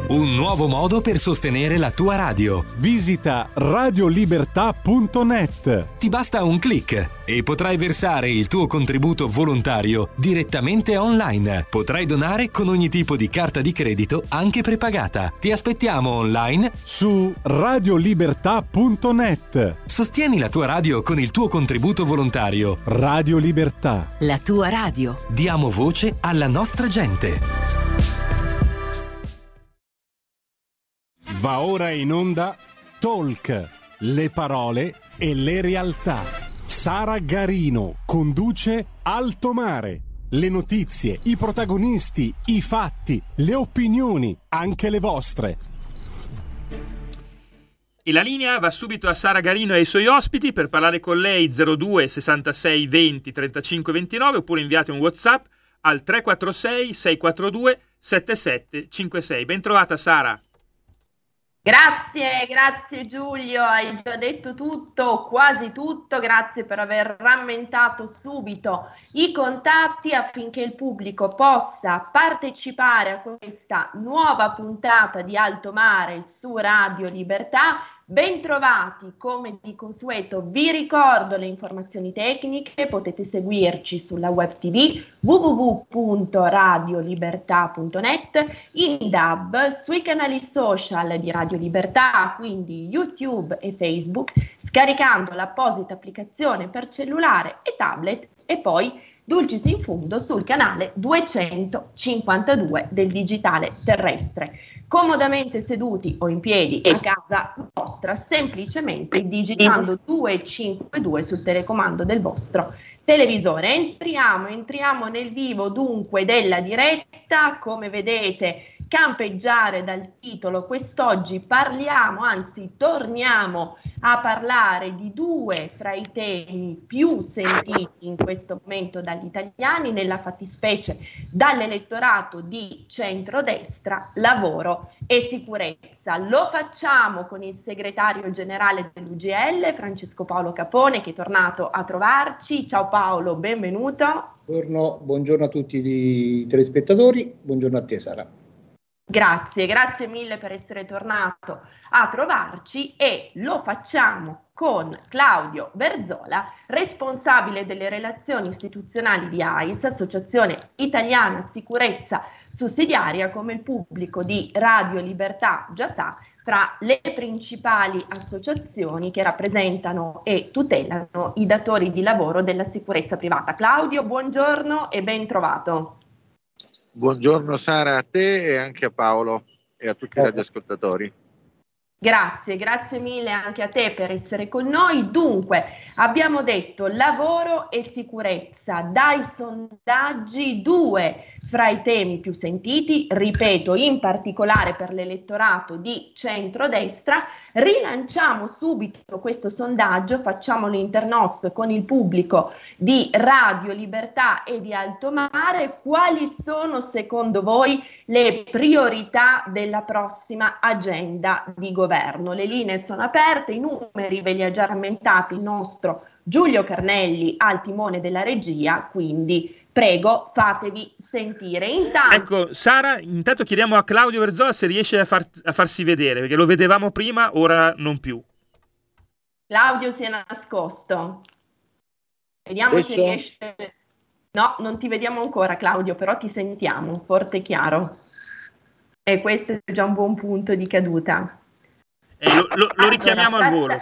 Un nuovo modo per sostenere la tua radio. Visita radiolibertà.net. Ti basta un click e potrai versare il tuo contributo volontario direttamente online. Potrai donare con ogni tipo di carta di credito, anche prepagata. Ti aspettiamo online su radiolibertà.net. Sostieni la tua radio con il tuo contributo volontario. Radio Libertà. La tua radio. Diamo voce alla nostra gente. Va ora in onda Talk, le parole e le realtà. Sara Garino conduce Alto Mare. Le notizie, i protagonisti, i fatti, le opinioni, anche le vostre. E la linea va subito a Sara Garino e ai suoi ospiti. Per parlare con lei 02 66 20 35 29 oppure inviate un WhatsApp al 346 642 7756. Ben trovata Sara. Grazie Giulio, hai già detto tutto, quasi tutto, grazie per aver rammentato subito i contatti affinché il pubblico possa partecipare a questa nuova puntata di Alto Mare su Radio Libertà. Bentrovati, come di consueto vi ricordo le informazioni tecniche, potete seguirci sulla web tv www.radiolibertà.net, in DAB, sui canali social di Radio Libertà, quindi YouTube e Facebook, scaricando l'apposita applicazione per cellulare e tablet e poi Dulcis in Fundo sul canale 252 del digitale terrestre. Comodamente seduti o in piedi a casa vostra, semplicemente digitando 252 sul telecomando del vostro televisore. Entriamo nel vivo dunque della diretta. Come vedete, campeggiare dal titolo, quest'oggi torniamo a parlare di due fra i temi più sentiti in questo momento dagli italiani, nella fattispecie dall'elettorato di centrodestra, lavoro e sicurezza. Lo facciamo con il segretario generale dell'UGL, Francesco Paolo Capone, che è tornato a trovarci. Ciao Paolo, benvenuto. Buongiorno a tutti i telespettatori, buongiorno a te Sara. Grazie mille per essere tornato a trovarci e lo facciamo con Claudio Verzola, responsabile delle relazioni istituzionali di AIS, Associazione Italiana Sicurezza Sussidiaria, come il pubblico di Radio Libertà già sa, fra le principali associazioni che rappresentano e tutelano i datori di lavoro della sicurezza privata. Claudio, buongiorno e ben trovato. Buongiorno Sara, a te e anche a Paolo e a tutti i radioascoltatori. Grazie mille anche a te per essere con noi. Dunque, abbiamo detto lavoro e sicurezza, dai sondaggi due fra i temi più sentiti, ripeto, in particolare per l'elettorato di centrodestra. Rilanciamo subito questo sondaggio, facciamolo internos con il pubblico di Radio Libertà e di Alto Mare. Quali sono secondo voi le priorità della prossima agenda di governo? Le linee sono aperte, i numeri ve li ha già rammentati il nostro Giulio Carnelli al timone della regia, quindi prego fatevi sentire. Ecco Sara, intanto chiediamo a Claudio Verzola se riesce a farsi vedere, perché lo vedevamo prima, ora non più. Claudio si è nascosto, vediamo Adesso? se riesce. No, non ti vediamo ancora Claudio, però ti sentiamo forte e chiaro e questo è già un buon punto di caduta. Lo richiamiamo al volo.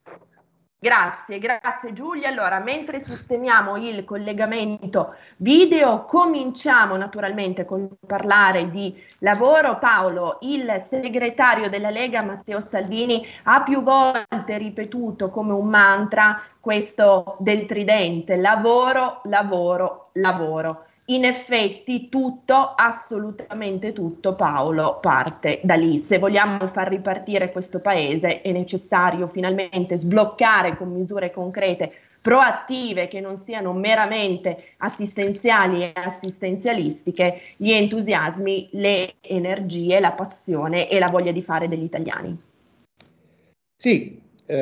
Grazie Giulia. Allora, mentre sistemiamo il collegamento video, cominciamo naturalmente con parlare di lavoro. Paolo, il segretario della Lega Matteo Salvini ha più volte ripetuto come un mantra questo del tridente: lavoro, lavoro, lavoro. In effetti tutto, assolutamente tutto, Paolo, parte da lì. Se vogliamo far ripartire questo paese è necessario finalmente sbloccare con misure concrete, proattive, che non siano meramente assistenziali e assistenzialistiche, gli entusiasmi, le energie, la passione e la voglia di fare degli italiani. Sì,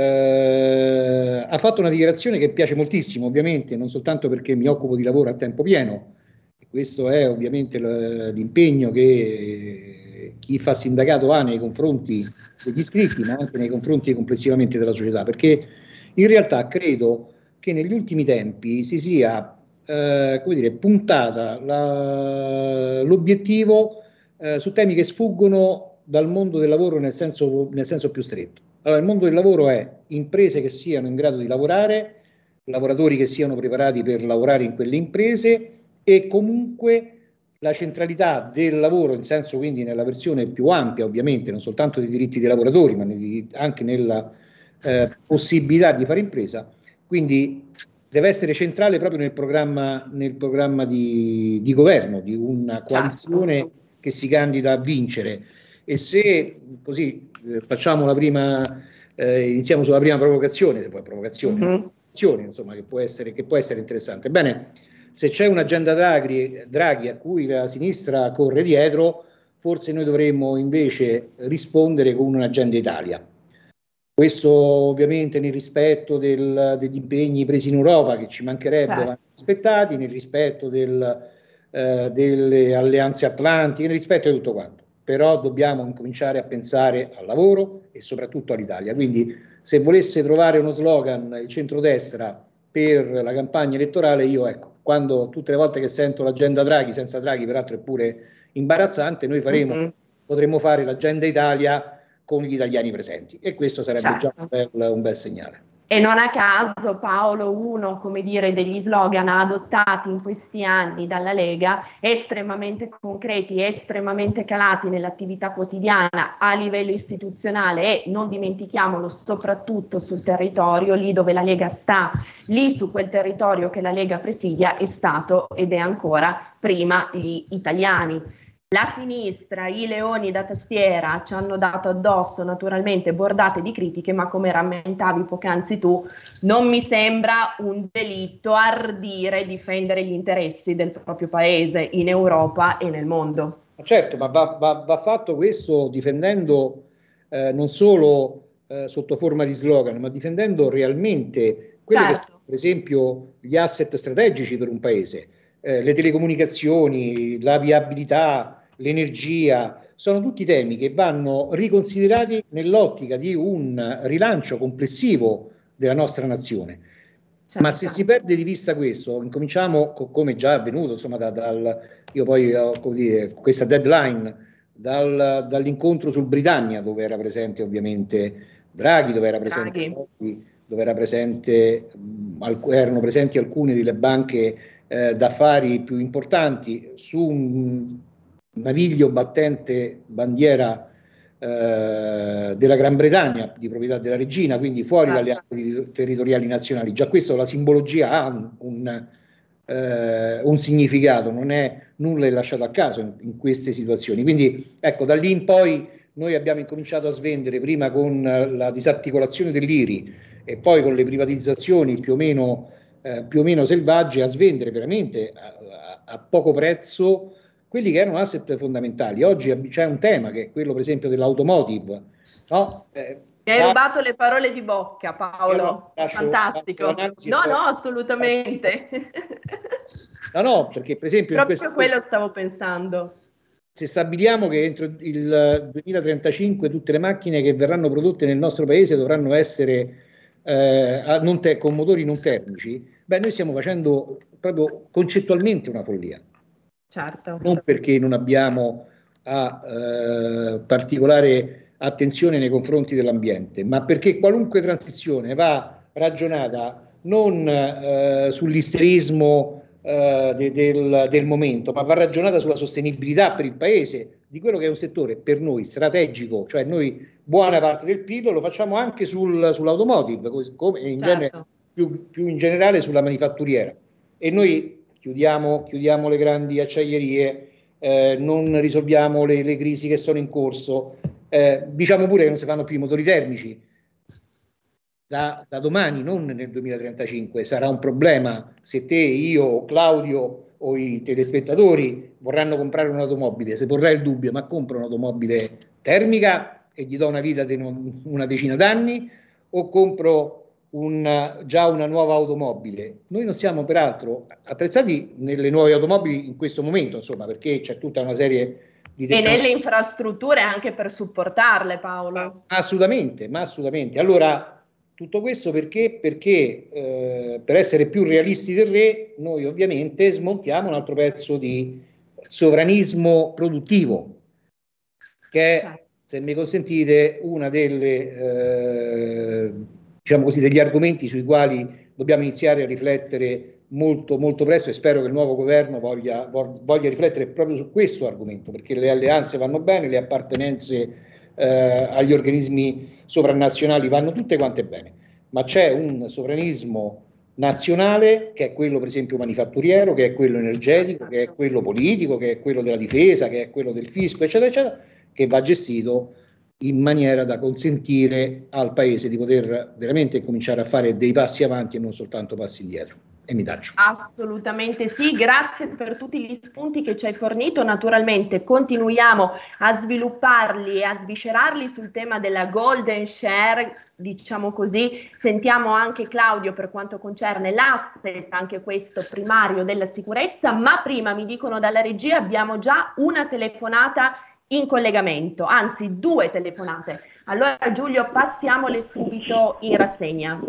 ha fatto una dichiarazione che piace moltissimo, ovviamente, non soltanto perché mi occupo di lavoro a tempo pieno. Questo è ovviamente l'impegno che chi fa sindacato ha nei confronti degli iscritti, ma anche nei confronti complessivamente della società, perché in realtà credo che negli ultimi tempi si sia come dire, puntata l'obiettivo su temi che sfuggono dal mondo del lavoro nel senso più stretto. Allora, il mondo del lavoro è imprese che siano in grado di lavorare, lavoratori che siano preparati per lavorare in quelle imprese e comunque la centralità del lavoro, in senso quindi nella versione più ampia ovviamente, non soltanto dei diritti dei lavoratori, ma anche nella possibilità di fare impresa, quindi deve essere centrale proprio nel programma di governo, di una coalizione che si candida a vincere. E se così facciamo la prima, iniziamo sulla prima provocazione, se poi provocazione, insomma, che può essere interessante. Bene, se c'è un'agenda Draghi a cui la sinistra corre dietro, forse noi dovremmo invece rispondere con un'agenda Italia. Questo ovviamente nel rispetto degli impegni presi in Europa, che ci mancherebbe, vanno rispettati, nel rispetto delle alleanze atlantiche, nel rispetto di tutto quanto. Però dobbiamo incominciare a pensare al lavoro e soprattutto all'Italia. Quindi se volesse trovare uno slogan il centrodestra per la campagna elettorale, io quando tutte le volte che sento l'agenda Draghi, senza Draghi peraltro è pure imbarazzante, noi potremmo fare l'agenda Italia con gli italiani presenti, e questo sarebbe già un bel segnale. E non a caso, Paolo, uno, come dire, degli slogan adottati in questi anni dalla Lega, estremamente concreti, estremamente calati nell'attività quotidiana a livello istituzionale e, non dimentichiamolo, soprattutto sul territorio, lì dove la Lega sta, lì su quel territorio che la Lega presidia, è stato ed è ancora prima gli italiani. La sinistra, i leoni da tastiera ci hanno dato addosso naturalmente bordate di critiche, ma come rammentavi poc'anzi tu, non mi sembra un delitto ardire difendere gli interessi del proprio paese in Europa e nel mondo. Certo, ma va fatto questo difendendo non solo sotto forma di slogan, ma difendendo realmente quelli che sono, per esempio, gli asset strategici per un paese, le telecomunicazioni, la viabilità, l'energia, sono tutti temi che vanno riconsiderati nell'ottica di un rilancio complessivo della nostra nazione. Ma se si perde di vista questo, incominciamo, come già avvenuto, insomma, io poi ho questa deadline, dall'incontro sul Britannia, dove era presente ovviamente Draghi, dove era presente Draghi, dove erano presenti alcune delle banche d'affari più importanti, su un naviglio battente bandiera della Gran Bretagna di proprietà della regina, quindi fuori dalle acque territoriali nazionali. Già questo, la simbologia ha un significato, non è nulla lasciato a caso in queste situazioni. Quindi ecco, da lì in poi noi abbiamo incominciato a svendere, prima con la disarticolazione dell'IRI e poi con le privatizzazioni più o meno selvagge, a svendere veramente a poco prezzo quelli che erano asset fondamentali. Oggi c'è un tema che è quello, per esempio, dell'automotive, no? Mi hai rubato le parole di bocca, Paolo. Fantastico. No, assolutamente. No, perché per esempio proprio quello stavo pensando. Se stabiliamo che entro il 2035 tutte le macchine che verranno prodotte nel nostro paese dovranno essere con motori non termici, noi stiamo facendo proprio concettualmente una follia. Certo. Non perché non abbiamo particolare attenzione nei confronti dell'ambiente, ma perché qualunque transizione va ragionata non sull'isterismo del momento, ma va ragionata sulla sostenibilità per il paese di quello che è un settore per noi strategico, cioè noi buona parte del PIL lo facciamo anche sull'automotive, come in genere, più in generale sulla manifatturiera, e noi chiudiamo le grandi acciaierie, non risolviamo le crisi che sono in corso, diciamo pure che non si fanno più i motori termici. Da domani, non nel 2035, sarà un problema se te, io, Claudio o i telespettatori vorranno comprare un'automobile, se porrà il dubbio: ma compro un'automobile termica e gli do una vita di una decina d'anni, o compro già una nuova automobile? Noi non siamo peraltro attrezzati nelle nuove automobili in questo momento, insomma, perché c'è tutta una serie E nelle infrastrutture anche per supportarle, Paolo. Assolutamente, ma assolutamente. Allora, tutto questo perché? Perché per essere più realisti del re, noi ovviamente smontiamo un altro pezzo di sovranismo produttivo, che è, se mi consentite, una delle, diciamo così, degli argomenti sui quali dobbiamo iniziare a riflettere molto, molto presto, e spero che il nuovo governo voglia riflettere proprio su questo argomento, perché le alleanze vanno bene, le appartenenze agli organismi sovranazionali vanno tutte quante bene, ma c'è un sovranismo nazionale che è quello per esempio manifatturiero, che è quello energetico, che è quello politico, che è quello della difesa, che è quello del fisco, eccetera, eccetera, che va gestito in maniera da consentire al Paese di poter veramente cominciare a fare dei passi avanti e non soltanto passi indietro. E mi taccio. Assolutamente sì, grazie per tutti gli spunti che ci hai fornito. Naturalmente continuiamo a svilupparli e a sviscerarli sul tema della golden share, diciamo così. Sentiamo anche Claudio per quanto concerne l'asset, anche questo primario della sicurezza, ma prima mi dicono dalla regia abbiamo già una telefonata in collegamento, anzi 2 telefonate. Allora Giulio, passiamole subito in rassegna.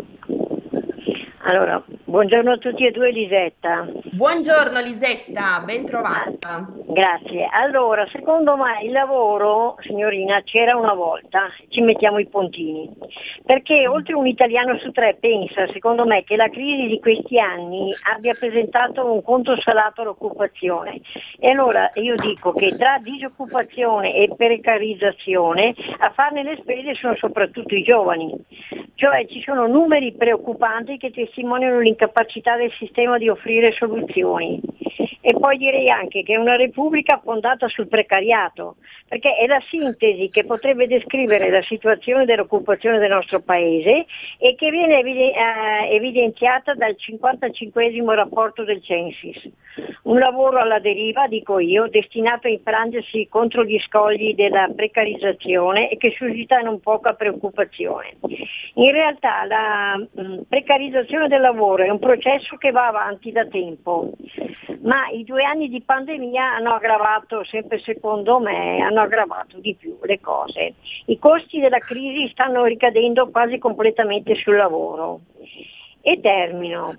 Allora, buongiorno a tutti e due, Lisetta. Buongiorno Lisetta, ben trovata. Grazie. Allora, secondo me il lavoro, signorina, c'era una volta, ci mettiamo i puntini, perché oltre un italiano su 3 pensa, secondo me, che la crisi di questi anni abbia presentato un conto salato all'occupazione. E allora io dico che tra disoccupazione e precarizzazione a farne le spese sono soprattutto i giovani, cioè ci sono numeri preoccupanti che testimoniano l'incapacità del sistema di offrire soluzioni. E poi direi anche che è una repubblica fondata sul precariato, perché è la sintesi che potrebbe descrivere la situazione dell'occupazione del nostro paese e che viene evidenziata dal 55° rapporto del Censis. Un lavoro alla deriva, dico io, destinato a infrangersi contro gli scogli della precarizzazione e che suscita non poca preoccupazione. In realtà la precarizzazione del lavoro è un processo che va avanti da tempo, ma i 2 anni di pandemia hanno aggravato, sempre secondo me, hanno aggravato di più le cose. I costi della crisi stanno ricadendo quasi completamente sul lavoro. E termino.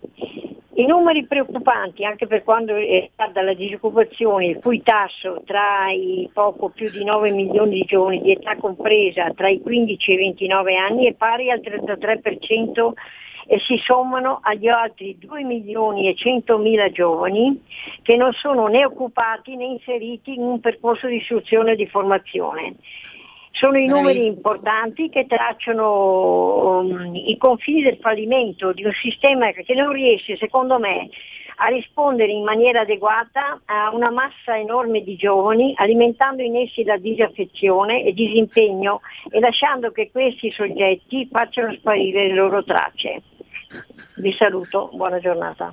I numeri preoccupanti anche per quanto riguarda la disoccupazione, il cui tasso tra i poco più di 9 milioni di giovani di età compresa tra i 15 e i 29 anni è pari al 33% e si sommano agli altri 2 milioni e 100.000 giovani che non sono né occupati né inseriti in un percorso di istruzione e di formazione. Sono i numeri importanti che tracciano i confini del fallimento di un sistema che non riesce, secondo me, a rispondere in maniera adeguata a una massa enorme di giovani, alimentando in essi la disaffezione e disimpegno e lasciando che questi soggetti facciano sparire le loro tracce. Vi saluto, buona giornata.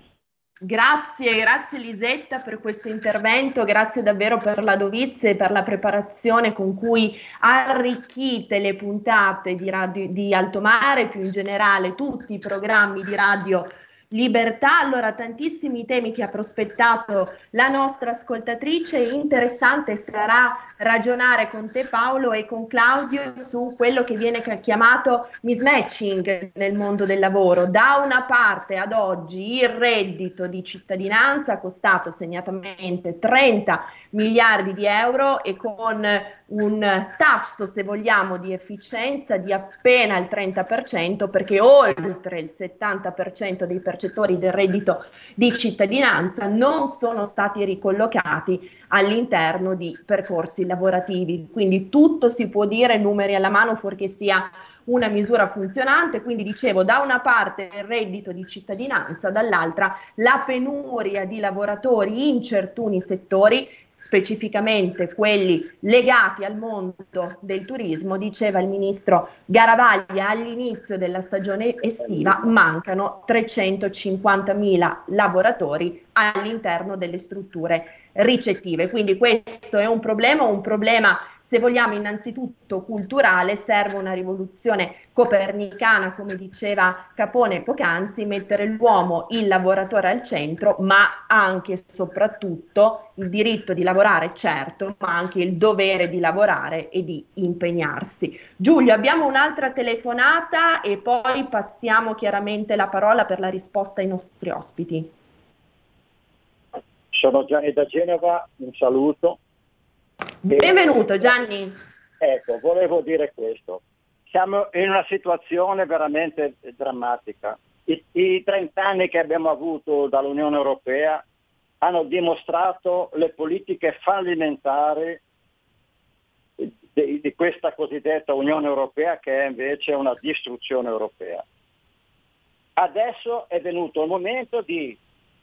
Grazie Lisetta per questo intervento, grazie davvero per la dovizia e per la preparazione con cui arricchite le puntate di Alto Mare, più in generale tutti i programmi di Radio Libertà. Allora, tantissimi temi che ha prospettato la nostra ascoltatrice. Interessante sarà ragionare con te Paolo e con Claudio su quello che viene chiamato mismatching nel mondo del lavoro. Da una parte ad oggi il reddito di cittadinanza ha costato segnatamente 30 miliardi di euro e con un tasso, se vogliamo, di efficienza di appena il 30%, perché oltre il 70% dei percettori del reddito di cittadinanza non sono stati ricollocati all'interno di percorsi lavorativi. Quindi tutto si può dire, numeri alla mano, fuorché sia una misura funzionante. Quindi dicevo, da una parte il reddito di cittadinanza, dall'altra la penuria di lavoratori in certuni settori, specificamente quelli legati al mondo del turismo. Diceva il ministro Garavaglia all'inizio della stagione estiva, mancano 350.000 lavoratori all'interno delle strutture ricettive. Quindi questo è un problema se vogliamo innanzitutto culturale, serve una rivoluzione copernicana, come diceva Capone poc'anzi, mettere l'uomo, il lavoratore al centro, ma anche e soprattutto il diritto di lavorare, certo, ma anche il dovere di lavorare e di impegnarsi. Giulio, abbiamo un'altra telefonata e poi passiamo chiaramente la parola per la risposta ai nostri ospiti. Sono Gianni da Genova, un saluto. Benvenuto Gianni. Ecco, volevo dire questo. Siamo in una situazione veramente drammatica. I 30 anni che abbiamo avuto dall'Unione Europea hanno dimostrato le politiche fallimentari di questa cosiddetta Unione Europea, che è invece una distruzione europea. Adesso è venuto il momento di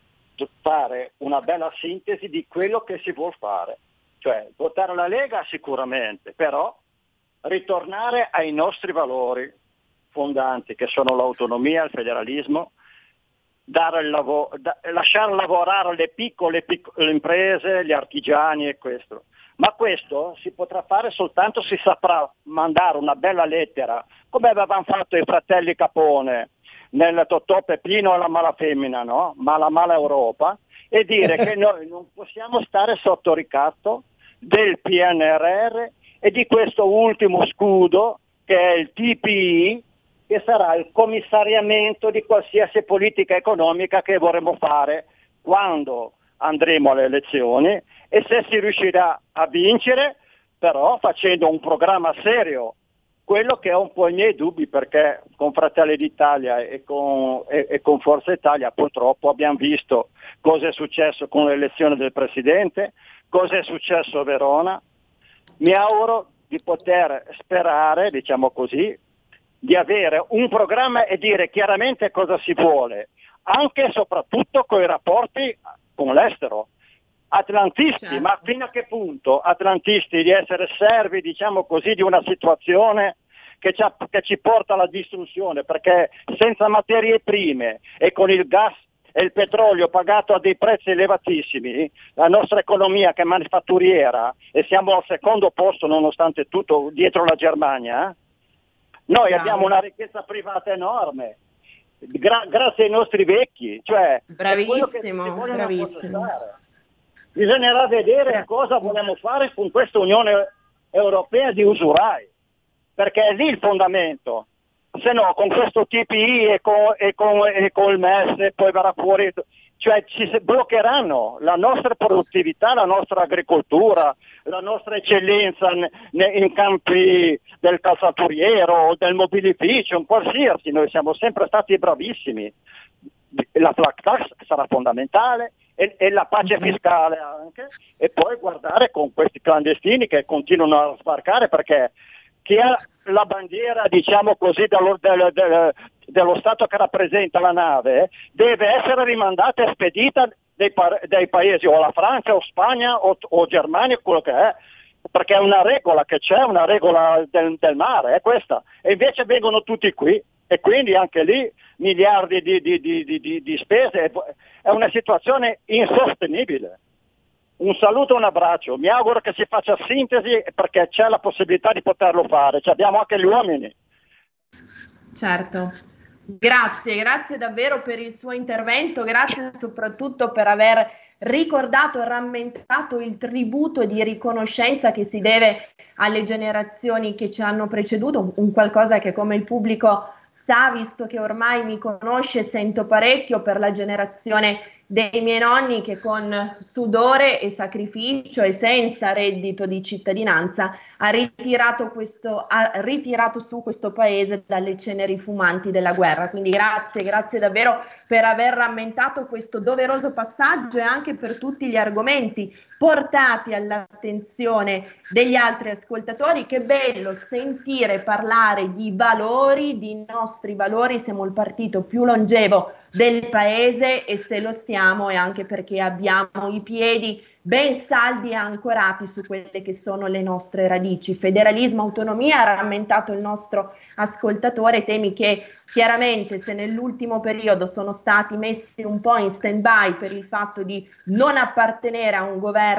fare una bella sintesi di quello che si vuol fare. Cioè, votare la Lega sicuramente, però ritornare ai nostri valori fondanti, che sono l'autonomia, il federalismo, dare il lavoro, lasciare lavorare le piccole imprese, gli artigiani e questo. Ma questo si potrà fare soltanto se saprà mandare una bella lettera, come avevano fatto i fratelli Capone nel Totò Peppino e la mala femmina, no? Ma la mala Europa, e dire che noi non possiamo stare sotto ricatto del PNRR e di questo ultimo scudo che è il TPI, che sarà il commissariamento di qualsiasi politica economica che vorremmo fare quando andremo alle elezioni, e se si riuscirà a vincere, però facendo un programma serio. Quello che ho un po' i miei dubbi, perché con Fratelli d'Italia e con Forza Italia purtroppo abbiamo visto cosa è successo con l'elezione del Presidente, cosa è successo a Verona. Mi auguro di poter sperare, diciamo così, di avere un programma e dire chiaramente cosa si vuole, anche e soprattutto con i rapporti con l'estero. Atlantisti, certo. Ma fino a che punto atlantisti di essere servi, diciamo così, di una situazione che ci porta alla distruzione, perché senza materie prime e con il gas e il petrolio pagato a dei prezzi elevatissimi, la nostra economia che è manifatturiera, e siamo al secondo posto nonostante tutto dietro la Germania, noi abbiamo una ricchezza privata enorme, grazie ai nostri vecchi, cioè bravissimo, bravissimo. Bisognerà vedere cosa vogliamo fare con questa Unione Europea di usurai, perché è lì il fondamento. Se no, con questo TPI e con il MES e poi verrà fuori, cioè ci bloccheranno la nostra produttività, la nostra agricoltura, la nostra eccellenza in campi del calzaturiero, del mobilificio, in qualsiasi. Noi siamo sempre stati bravissimi. La flat tax sarà fondamentale, e la pace fiscale anche, e poi guardare con questi clandestini che continuano a sbarcare, perché chi ha la bandiera, diciamo così, dello Stato che rappresenta la nave deve essere rimandata e spedita dai paesi o la Francia o Spagna o Germania, quello che è, perché è una regola che c'è, una regola del mare, è questa, e invece vengono tutti qui. E quindi anche lì miliardi di spese, è una situazione insostenibile. Un saluto e un abbraccio, mi auguro che si faccia sintesi, perché c'è la possibilità di poterlo fare, abbiamo anche gli uomini. Certo, grazie davvero per il suo intervento, grazie soprattutto per aver ricordato e rammentato il tributo di riconoscenza che si deve alle generazioni che ci hanno preceduto, un qualcosa che, come il pubblico sa, visto che ormai mi conosce, sento parecchio per la generazione dei miei nonni che con sudore e sacrificio e senza reddito di cittadinanza ha ritirato su questo paese dalle ceneri fumanti della guerra. Quindi grazie davvero per aver rammentato questo doveroso passaggio e anche per tutti gli argomenti portati all'attenzione degli altri ascoltatori. Che bello sentire parlare di valori, di nostri valori. Siamo il partito più longevo del paese, e se lo stiamo è anche perché abbiamo i piedi ben saldi e ancorati su quelle che sono le nostre radici. Federalismo, autonomia, ha rammentato il nostro ascoltatore, temi che chiaramente, se nell'ultimo periodo sono stati messi un po' in stand-by per il fatto di non appartenere a un governo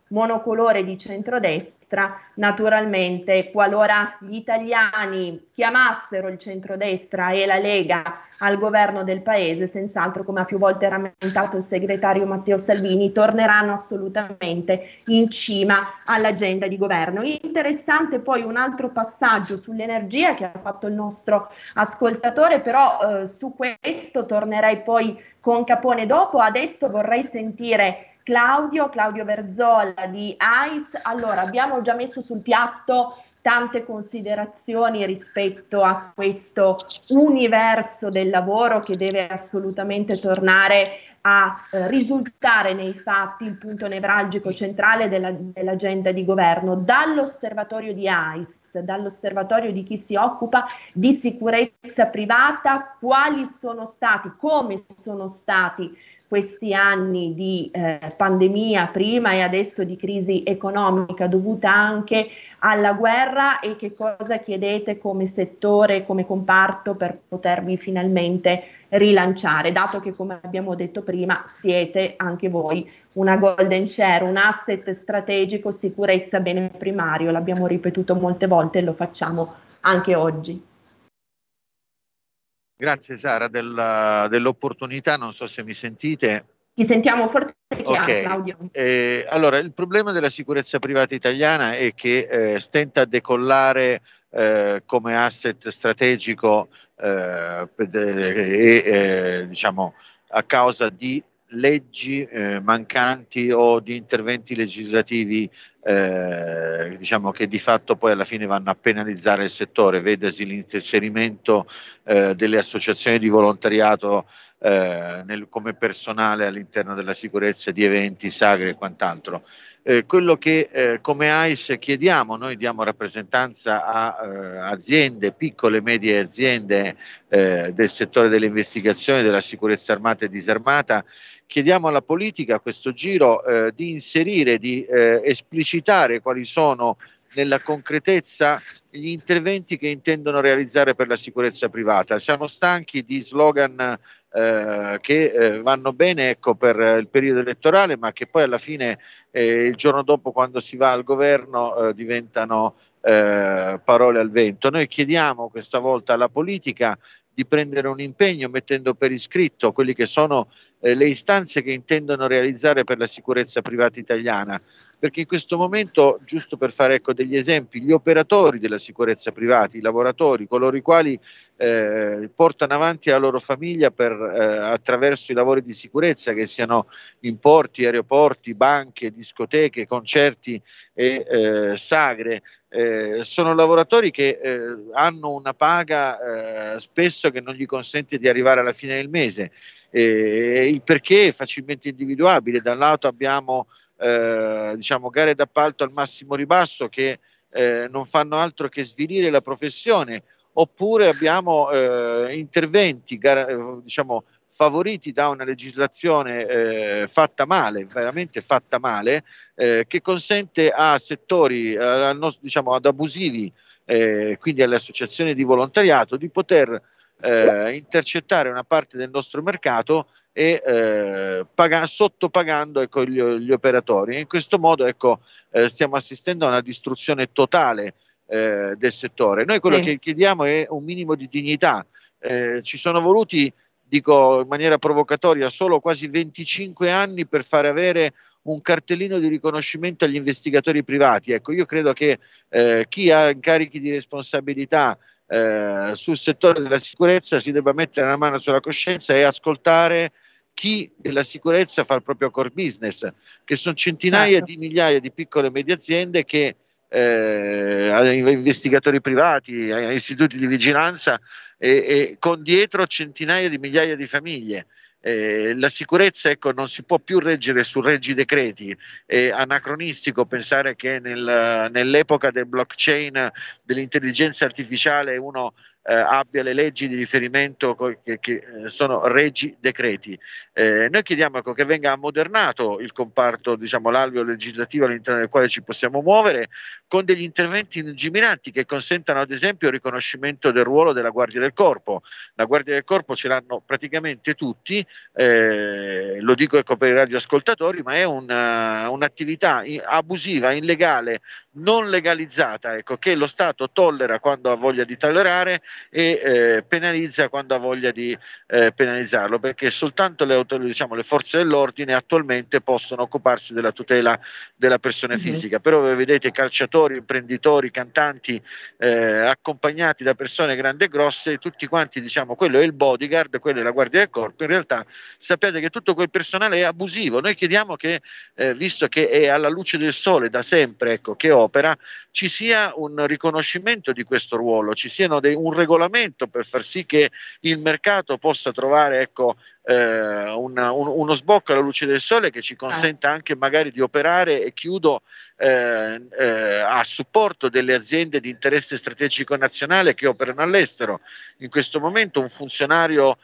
monocolore di centrodestra. Naturalmente, qualora gli italiani chiamassero il centrodestra e la Lega al governo del paese, senz'altro, come ha più volte rammentato il segretario Matteo Salvini, torneranno assolutamente in cima all'agenda di governo. Interessante poi un altro passaggio sull'energia che ha fatto il nostro ascoltatore, però su questo tornerei poi con Capone dopo. Adesso vorrei sentire Claudio Verzola di AIS. Allora, abbiamo già messo sul piatto tante considerazioni rispetto a questo universo del lavoro che deve assolutamente tornare a risultare nei fatti il punto nevralgico centrale dell'agenda di governo. Dall'osservatorio di AIS, dall'osservatorio di chi si occupa di sicurezza privata, quali sono stati, come sono stati questi anni di pandemia prima e adesso di crisi economica dovuta anche alla guerra, e che cosa chiedete come settore, come comparto per potervi finalmente rilanciare, dato che, come abbiamo detto prima, siete anche voi una golden share, un asset strategico, sicurezza bene primario, l'abbiamo ripetuto molte volte e lo facciamo anche oggi. Grazie Sara dell'opportunità, non so se mi sentite. Ti sentiamo forte e chiaro, Claudio. Allora, il problema della sicurezza privata italiana è che stenta a decollare come asset strategico diciamo a causa di leggi mancanti o di interventi legislativi diciamo che di fatto poi alla fine vanno a penalizzare il settore, vedasi l'inserimento delle associazioni di volontariato come personale all'interno della sicurezza di eventi, sagre e quant'altro. Quello che come AIS chiediamo, noi diamo rappresentanza a aziende, piccole e medie aziende del settore delle investigazioni, della sicurezza armata e disarmata. Chiediamo alla politica a questo giro di inserire, di esplicitare quali sono nella concretezza gli interventi che intendono realizzare per la sicurezza privata. Siamo stanchi di slogan che vanno bene, ecco, per il periodo elettorale, ma che poi alla fine il giorno dopo, quando si va al governo, diventano parole al vento. Noi chiediamo questa volta alla politica di prendere un impegno mettendo per iscritto quelli che sono le istanze che intendono realizzare per la sicurezza privata italiana, perché in questo momento, giusto per fare degli esempi, gli operatori della sicurezza privata, i lavoratori, coloro i quali portano avanti la loro famiglia attraverso i lavori di sicurezza, che siano in porti, aeroporti, banche, discoteche, concerti e sagre, sono lavoratori che hanno una paga spesso che non gli consente di arrivare alla fine del mese. Il perché è facilmente individuabile. Da un lato abbiamo diciamo gare d'appalto al massimo ribasso che non fanno altro che svilire la professione, oppure abbiamo interventi diciamo favoriti da una legislazione fatta male, veramente fatta male, che consente a settori diciamo ad abusivi, quindi alle associazioni di volontariato, di poter intercettare una parte del nostro mercato e sottopagando gli operatori. In questo modo stiamo assistendo a una distruzione totale del settore. Noi quello che chiediamo è un minimo di dignità. Ci sono voluti, dico in maniera provocatoria, solo quasi 25 anni per far avere un cartellino di riconoscimento agli investigatori privati. Ecco, io credo che chi ha incarichi di responsabilità sul settore della sicurezza si debba mettere una mano sulla coscienza e ascoltare chi della sicurezza fa il proprio core business, che sono centinaia di migliaia di piccole e medie aziende che investigatori privati, istituti di vigilanza e con dietro centinaia di migliaia di famiglie. La sicurezza non si può più reggere su reggi decreti. È anacronistico pensare che nell'epoca del blockchain, dell'intelligenza artificiale, uno abbia le leggi di riferimento che sono regi decreti. Noi chiediamo, ecco, che venga ammodernato il comparto, diciamo, l'alveo legislativo all'interno del quale ci possiamo muovere, con degli interventi lungimiranti che consentano ad esempio il riconoscimento del ruolo della Guardia del Corpo. La Guardia del Corpo ce l'hanno praticamente tutti, lo dico, ecco, per i radioascoltatori, ma è un'attività abusiva, illegale, non legalizzata, ecco, che lo Stato tollera quando ha voglia di tollerare e penalizza quando ha voglia di penalizzarlo, perché soltanto le forze dell'ordine attualmente possono occuparsi della tutela della persona fisica. Però vedete calciatori, imprenditori, cantanti accompagnati da persone grandi e grosse, tutti quanti, diciamo, quello è il bodyguard, quello è la Guardia del Corpo. In realtà sappiate che tutto quel personale è abusivo. Noi chiediamo che, visto che è alla luce del sole da sempre, ecco, che opera, ci sia un riconoscimento di questo ruolo, ci siano un regolamento per far sì che il mercato possa trovare, ecco, uno sbocco alla luce del sole che ci consenta anche magari di operare, e chiudo, a supporto delle aziende di interesse strategico nazionale che operano all'estero. In questo momento un funzionario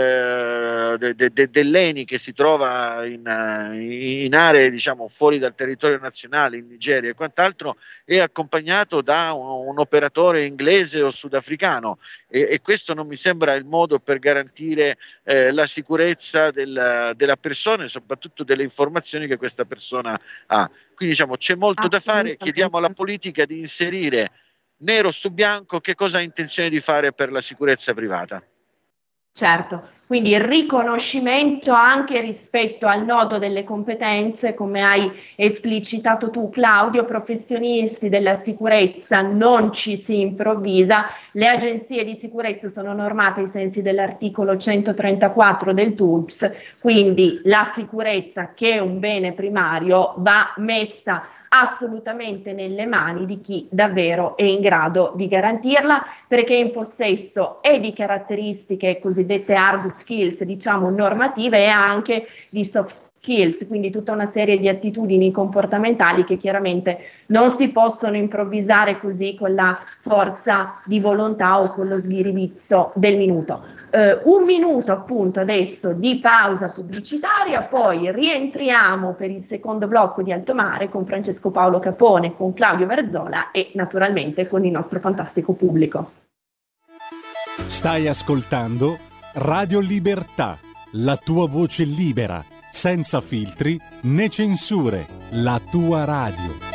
dell'ENI che si trova in aree, diciamo, fuori dal territorio nazionale, in Nigeria e quant'altro, è accompagnato da un operatore inglese o sudafricano, e questo non mi sembra il modo per garantire la sicurezza della persona e soprattutto delle informazioni che questa persona ha. Quindi, diciamo, c'è molto da fare. Chiediamo alla politica di inserire nero su bianco che cosa ha intenzione di fare per la sicurezza privata. Certo, quindi il riconoscimento anche rispetto al nodo delle competenze, come hai esplicitato tu, Claudio. Professionisti della sicurezza non ci si improvvisa, le agenzie di sicurezza sono normate ai sensi dell'articolo 134 del TULPS, quindi la sicurezza, che è un bene primario, va messa assolutamente nelle mani di chi davvero è in grado di garantirla, perché è in possesso e di caratteristiche cosiddette hard skills, diciamo normative, e anche di soft skills, quindi tutta una serie di attitudini comportamentali che chiaramente non si possono improvvisare così con la forza di volontà o con lo sghiribizzo del minuto. Un minuto appunto adesso di pausa pubblicitaria, poi rientriamo per il secondo blocco di Alto Mare con Francesco Paolo Capone, con Claudio Verzola e naturalmente con il nostro fantastico pubblico. Stai ascoltando Radio Libertà, la tua voce libera, senza filtri né censure, la tua radio.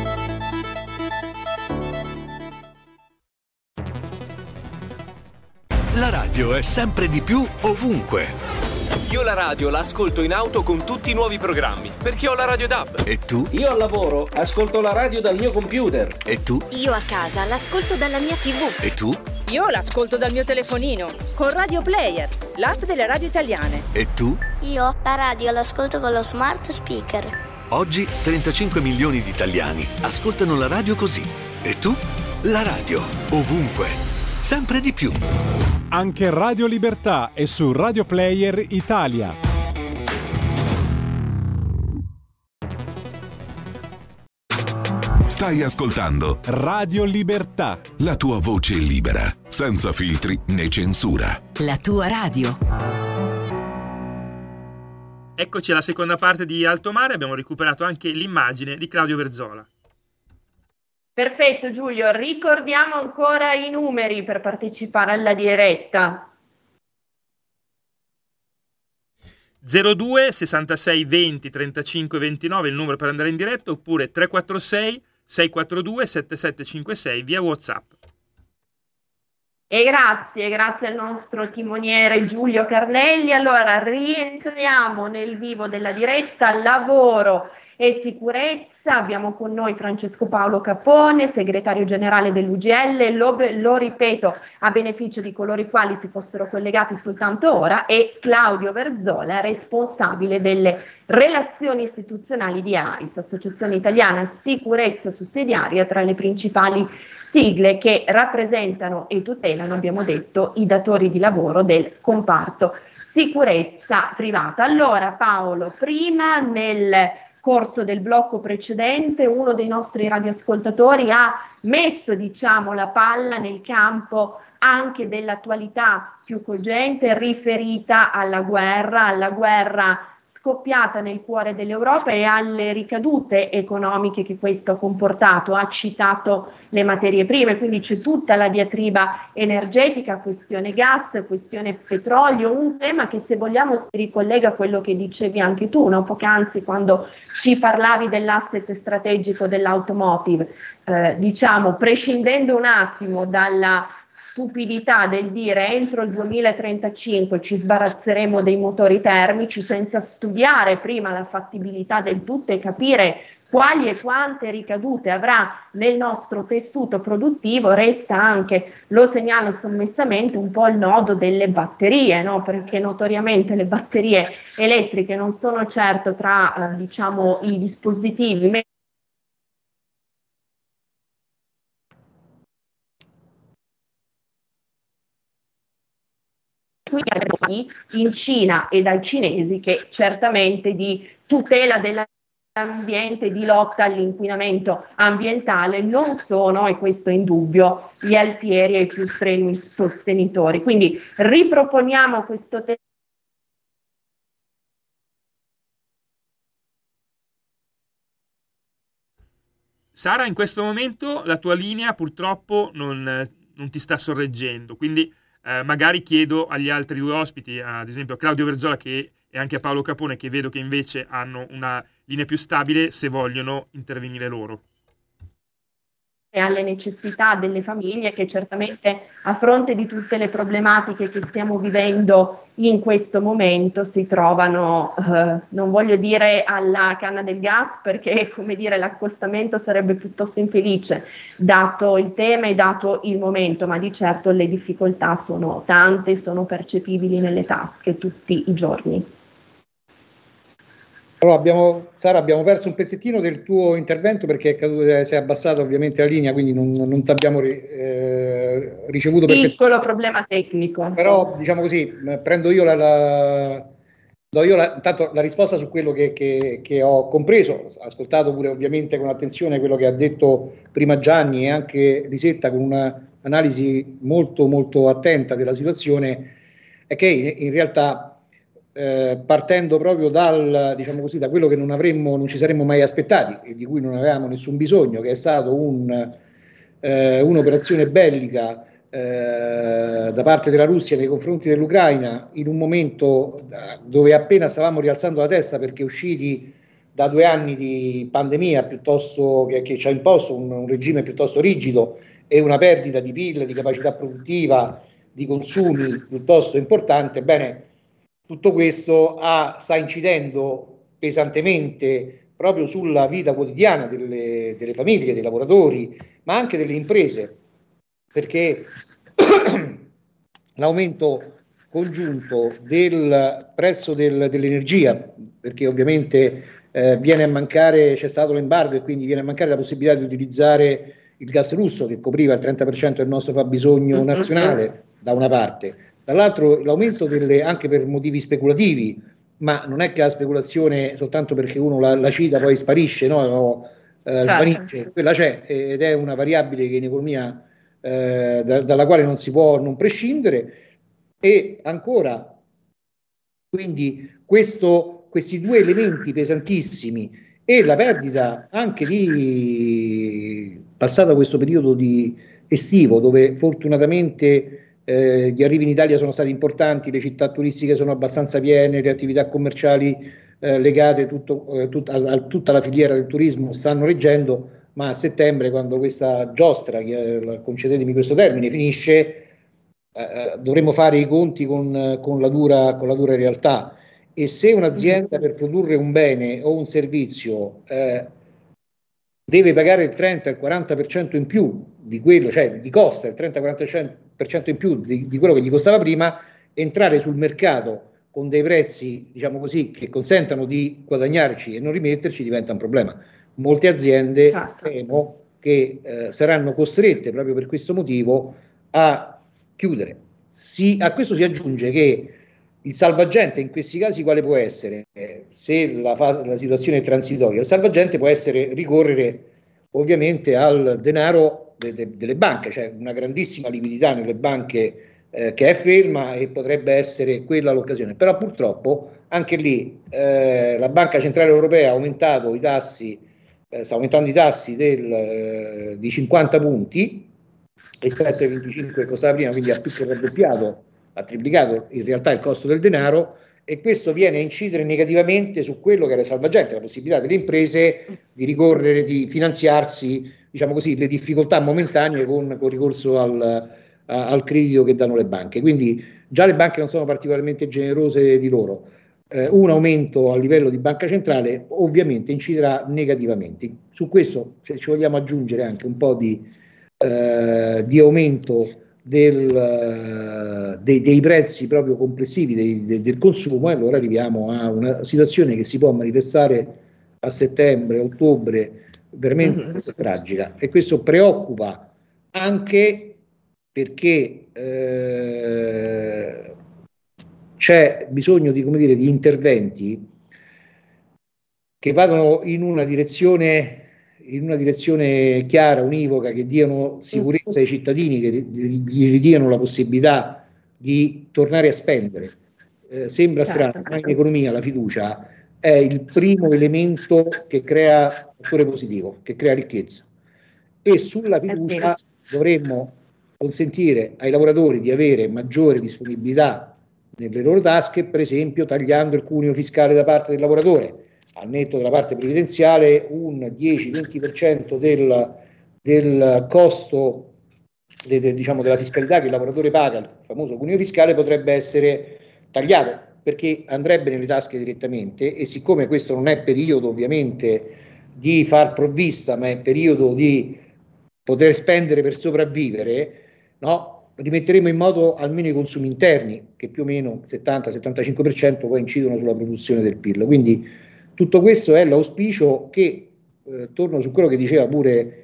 La radio è sempre di più ovunque. Io la radio la ascolto in auto con tutti i nuovi programmi, perché ho la radio DAB. E tu? Io al lavoro ascolto la radio dal mio computer. E tu? Io a casa l'ascolto dalla mia TV. E tu? Io l'ascolto dal mio telefonino, con Radio Player, l'app delle radio italiane. E tu? Io la radio l'ascolto con lo smart speaker. Oggi 35 milioni di italiani ascoltano la radio così. E tu? La radio, ovunque, sempre di più. Anche Radio Libertà è su Radio Player Italia. Stai ascoltando Radio Libertà, la tua voce libera, senza filtri né censura. La tua radio. Eccoci alla seconda parte di Alto Mare, abbiamo recuperato anche l'immagine di Claudio Verzola. Perfetto Giulio, ricordiamo ancora i numeri per partecipare alla diretta. 02 66 20 35 29 il numero per andare in diretta, oppure 346 642 7756 via WhatsApp. E grazie al nostro timoniere Giulio Carnelli. Allora rientriamo nel vivo della diretta, lavoro e sicurezza. Abbiamo con noi Francesco Paolo Capone, segretario generale dell'UGL, lo ripeto a beneficio di coloro i quali si fossero collegati soltanto ora, e Claudio Verzola, responsabile delle relazioni istituzionali di AIS, Associazione Italiana Sicurezza Sussidiaria, tra le principali sigle che rappresentano e tutelano, abbiamo detto, i datori di lavoro del comparto sicurezza privata. Allora Paolo, prima nel corso del blocco precedente uno dei nostri radioascoltatori ha messo, diciamo, la palla nel campo anche dell'attualità più cogente riferita alla guerra scoppiata nel cuore dell'Europa e alle ricadute economiche che questo ha comportato. Ha citato le materie prime, quindi c'è tutta la diatriba energetica, questione gas, questione petrolio, un tema che, se vogliamo, si ricollega a quello che dicevi anche tu, no? Poc'anzi, quando ci parlavi dell'asset strategico dell'automotive, diciamo, prescindendo un attimo dalla stupidità del dire entro il 2035 ci sbarazzeremo dei motori termici, senza studiare prima la fattibilità del tutto e capire quali e quante ricadute avrà nel nostro tessuto produttivo, resta anche, lo segnalo sommessamente, un po' il nodo delle batterie, no? Perché notoriamente le batterie elettriche non sono certo tra diciamo, i dispositivi in Cina e dai cinesi, che certamente di tutela dell'ambiente, di lotta all'inquinamento ambientale non sono, e questo è indubbio, gli alfieri e i più strenui sostenitori. Quindi riproponiamo questo tema. Sara, in questo momento la tua linea purtroppo non ti sta sorreggendo, quindi magari chiedo agli altri due ospiti, ad esempio a Claudio Verzola e anche a Paolo Capone, che vedo che invece hanno una linea più stabile, se vogliono intervenire loro. E alle necessità delle famiglie che certamente, a fronte di tutte le problematiche che stiamo vivendo in questo momento, si trovano, non voglio dire alla canna del gas, perché, come dire, l'accostamento sarebbe piuttosto infelice dato il tema e dato il momento, ma di certo le difficoltà sono tante, sono percepibili nelle tasche tutti i giorni. Allora, Sara, abbiamo perso un pezzettino del tuo intervento perché si è abbassata ovviamente la linea, quindi non ti abbiamo ricevuto. Piccolo problema tecnico. Però, diciamo così, prendo io intanto la risposta su quello che ho compreso. Ho ascoltato pure ovviamente con attenzione quello che ha detto prima Gianni e anche Lisetta, con un'analisi molto molto attenta della situazione, è che in realtà partendo proprio diciamo così, da quello che non ci saremmo mai aspettati e di cui non avevamo nessun bisogno, che è stato un'operazione bellica da parte della Russia nei confronti dell'Ucraina, in un momento dove appena stavamo rialzando la testa, perché usciti da 2 anni di pandemia piuttosto che ci ha imposto un regime piuttosto rigido e una perdita di PIL, di capacità produttiva, di consumi piuttosto importante. Bene, tutto questo sta incidendo pesantemente proprio sulla vita quotidiana delle famiglie, dei lavoratori, ma anche delle imprese, perché l'aumento congiunto del prezzo dell'energia, perché ovviamente viene a mancare, c'è stato l'embargo e quindi viene a mancare la possibilità di utilizzare il gas russo che copriva il 30% del nostro fabbisogno nazionale, da una parte. Dall'altro l'aumento anche per motivi speculativi, ma non è che la speculazione soltanto perché uno la cita poi sparisce, no? Svanisce, quella c'è ed è una variabile che in economia dalla quale non si può non prescindere. E ancora, quindi questi 2 elementi pesantissimi e la perdita anche passato questo periodo estivo, dove fortunatamente gli arrivi in Italia sono stati importanti, le città turistiche sono abbastanza piene, le attività commerciali legate a tutta la filiera del turismo stanno reggendo, ma a settembre, quando questa giostra, concedetemi questo termine, finisce, dovremo fare i conti con la dura realtà. E se un'azienda per produrre un bene o un servizio deve pagare il 30, il 40% in più di quello, cioè gli costa il 30-40% in più di quello che gli costava prima, entrare sul mercato con dei prezzi, diciamo così, che consentano di guadagnarci e non rimetterci, diventa un problema. Molte aziende temo che saranno costrette proprio per questo motivo a chiudere. A questo si aggiunge che il salvagente in questi casi quale può essere? Se la situazione è transitoria, il salvagente può essere ricorrere ovviamente al denaro delle banche, c'è una grandissima liquidità nelle banche che è ferma e potrebbe essere quella l'occasione, però purtroppo anche lì la Banca Centrale Europea ha aumentato i tassi, sta aumentando i tassi di 50 punti rispetto ai 25 che costava prima, quindi ha più che raddoppiato, ha triplicato in realtà il costo del denaro, e questo viene a incidere negativamente su quello che era il salvagente, la possibilità delle imprese di ricorrere, di finanziarsi, diciamo così, le difficoltà momentanee con ricorso al credito che danno le banche. Quindi già le banche non sono particolarmente generose di loro. Un aumento a livello di banca centrale ovviamente inciderà negativamente. Su questo, se ci vogliamo aggiungere anche un po' di aumento dei prezzi proprio complessivi del consumo, e allora arriviamo a una situazione che si può manifestare a settembre, ottobre, veramente tragica, e questo preoccupa anche perché c'è bisogno di, come dire, di interventi che vadano in una direzione chiara, univoca, che diano sicurezza ai cittadini, che gli ridiano la possibilità di tornare a spendere. Sembra strano, ma in economia la fiducia è il primo elemento che crea fattore positivo, che crea ricchezza, e sulla fiducia dovremmo consentire ai lavoratori di avere maggiore disponibilità nelle loro tasche, per esempio tagliando il cuneo fiscale da parte del lavoratore, al netto della parte previdenziale un 10-20% del costo diciamo della fiscalità che il lavoratore paga, il famoso cuneo fiscale, potrebbe essere tagliato, perché andrebbe nelle tasche direttamente, e siccome questo non è periodo ovviamente di far provvista, ma è periodo di poter spendere per sopravvivere, no? Rimetteremo in moto almeno i consumi interni, che più o meno 70-75% poi incidono sulla produzione del PIL. Quindi tutto questo è l'auspicio che, torno su quello che diceva pure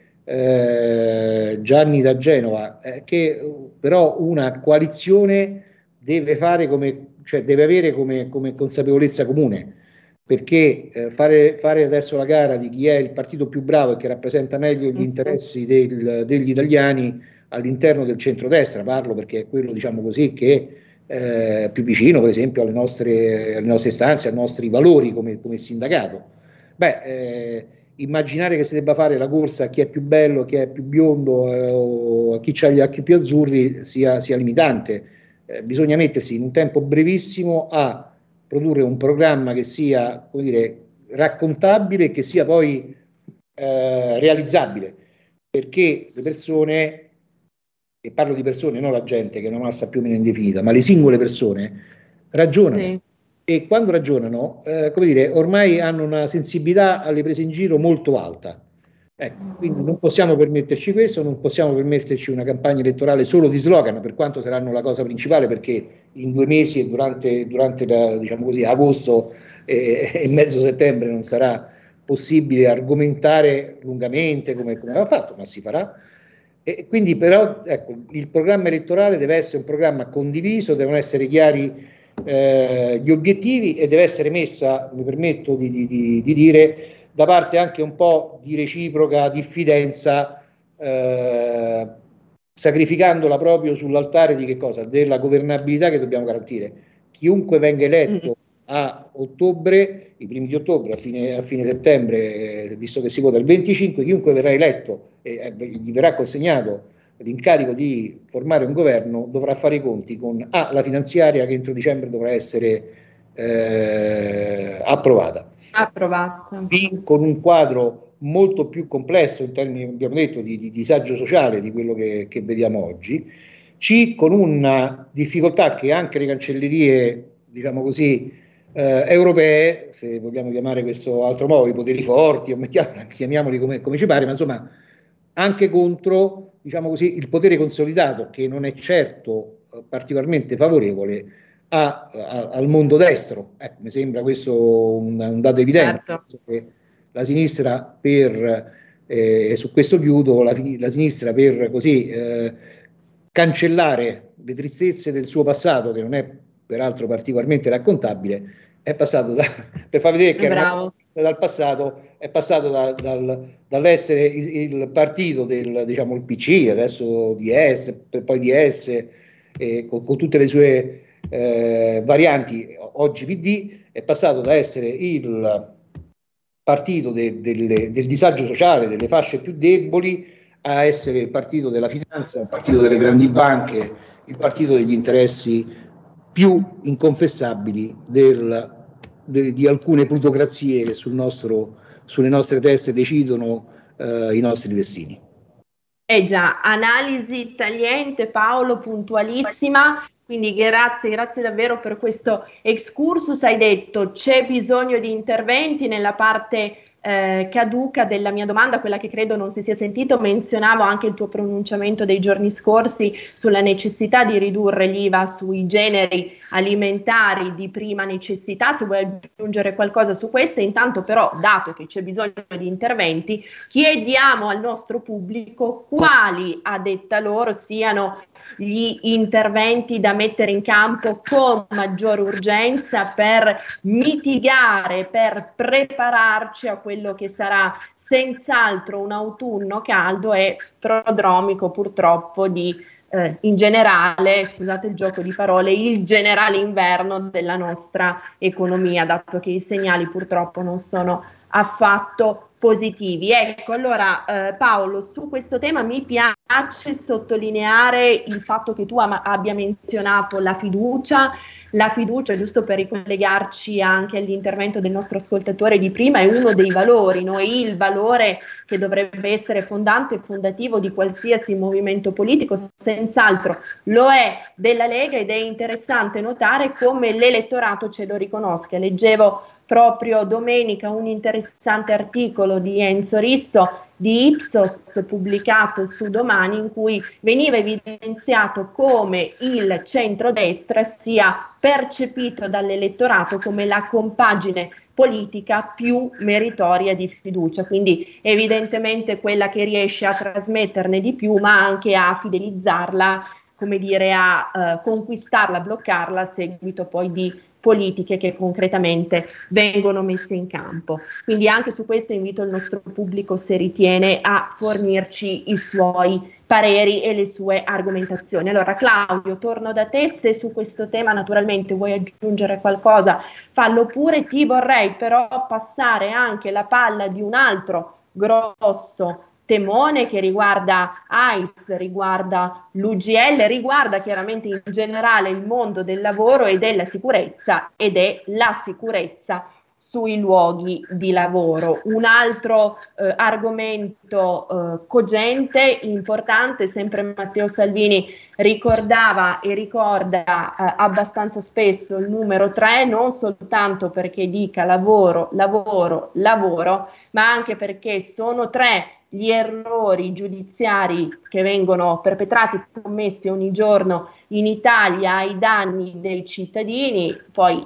Gianni da Genova, che però una coalizione deve fare deve avere come consapevolezza comune, perché fare adesso la gara di chi è il partito più bravo e che rappresenta meglio gli interessi degli italiani all'interno del centrodestra, parlo perché è quello, diciamo così, che è più vicino per esempio alle nostre istanze, ai nostri valori come sindacato. Immaginare che si debba fare la corsa a chi è più bello, a chi è più biondo o a chi ha gli occhi più azzurri sia limitante. Bisogna mettersi in un tempo brevissimo a produrre un programma che sia, come dire, raccontabile e che sia poi realizzabile, perché le persone, e parlo di persone, non la gente che è una massa più o meno indefinita, ma le singole persone ragionano. Sì. E quando ragionano, come dire, ormai hanno una sensibilità alle prese in giro molto alta. Quindi non possiamo permetterci questo, non possiamo permetterci una campagna elettorale solo di slogan, per quanto saranno la cosa principale, perché in 2 mesi e durante diciamo così, agosto e mezzo settembre non sarà possibile argomentare lungamente come aveva fatto, ma si farà. E quindi però ecco, il programma elettorale deve essere un programma condiviso, devono essere chiari gli obiettivi, e deve essere messa, mi permetto di dire, da parte anche un po' di reciproca diffidenza, sacrificandola proprio sull'altare di che cosa? Della governabilità che dobbiamo garantire. Chiunque venga eletto a ottobre, i primi di ottobre, a fine settembre, visto che si vota il 25, chiunque verrà eletto e gli verrà consegnato l'incarico di formare un governo dovrà fare i conti con la finanziaria che entro dicembre dovrà essere approvata. B, con un quadro molto più complesso in termini, abbiamo detto, di disagio sociale di quello che vediamo oggi. C, con una difficoltà che anche le cancellerie, diciamo così, europee, se vogliamo chiamare questo altro modo, i poteri forti, o chiamiamoli come ci pare, ma insomma anche contro, diciamo così, il potere consolidato, che non è certo particolarmente favorevole al mondo destro. Ecco, mi sembra questo un dato evidente. Certo. Che la sinistra e su questo chiudo, la sinistra per così cancellare le tristezze del suo passato, che non è peraltro particolarmente raccontabile, è passato per far vedere che dal passato, è passato dall'essere il partito del, diciamo, il PC, adesso DS, poi DS, con tutte le sue varianti, oggi PD, è passato da essere il partito del disagio sociale, delle fasce più deboli, a essere il partito della finanza, il partito delle grandi banche, il partito degli interessi più inconfessabili di alcune plutocrazie che sulle nostre teste decidono i nostri destini. Già, analisi tagliente, Paolo, puntualissima. Quindi grazie davvero per questo excursus. Hai detto c'è bisogno di interventi. Nella parte caduca della mia domanda, quella che credo non si sia sentito, menzionavo anche il tuo pronunciamento dei giorni scorsi sulla necessità di ridurre l'IVA sui generi alimentari di prima necessità. Se vuoi aggiungere qualcosa su questo. Intanto però, dato che c'è bisogno di interventi, chiediamo al nostro pubblico quali, a detta loro, siano gli interventi da mettere in campo con maggiore urgenza per mitigare, per prepararci a quello che sarà senz'altro un autunno caldo e prodromico purtroppo di in generale, scusate il gioco di parole, il generale inverno della nostra economia, dato che i segnali purtroppo non sono affatto positivi. Ecco, allora Paolo, su questo tema mi piace sottolineare il fatto che tu abbia menzionato la fiducia, giusto per ricollegarci anche all'intervento del nostro ascoltatore di prima, è uno dei valori, no? Il valore che dovrebbe essere fondante e fondativo di qualsiasi movimento politico, senz'altro lo è della Lega, ed è interessante notare come l'elettorato ce lo riconosca. Leggevo proprio domenica un interessante articolo di Enzo Risso di Ipsos pubblicato su Domani, in cui veniva evidenziato come il centrodestra sia percepito dall'elettorato come la compagine politica più meritoria di fiducia, quindi evidentemente quella che riesce a trasmetterne di più, ma anche a fidelizzarla, come dire, a conquistarla, bloccarla a seguito poi di politiche che concretamente vengono messe in campo. Quindi anche su questo invito il nostro pubblico, se ritiene, a fornirci i suoi pareri e le sue argomentazioni. Allora Claudio, torno da te, se su questo tema naturalmente vuoi aggiungere qualcosa, fallo pure. Ti vorrei però passare anche la palla di un altro grosso temone che riguarda AIS, riguarda l'UGL, riguarda chiaramente in generale il mondo del lavoro e della sicurezza, ed è la sicurezza sui luoghi di lavoro. Un altro argomento cogente, importante, sempre Matteo Salvini ricordava e ricorda abbastanza spesso il numero 3, non soltanto perché dica lavoro, lavoro, lavoro, ma anche perché sono 3 gli errori giudiziari che vengono perpetrati, commessi ogni giorno in Italia ai danni dei cittadini. Poi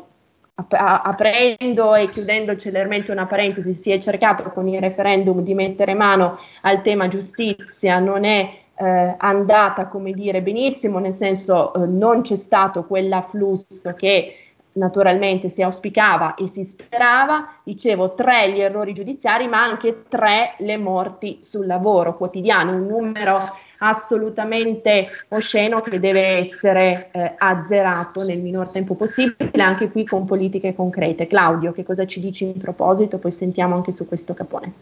aprendo e chiudendo celermente una parentesi, si è cercato con il referendum di mettere mano al tema giustizia, non è andata, come dire, benissimo, nel senso non c'è stato quell'afflusso che naturalmente si auspicava e si sperava. Dicevo, 3 gli errori giudiziari, ma anche 3 le morti sul lavoro quotidiano, un numero assolutamente osceno che deve essere azzerato nel minor tempo possibile, anche qui con politiche concrete. Claudio, che cosa ci dici in proposito? Poi sentiamo anche su questo capone.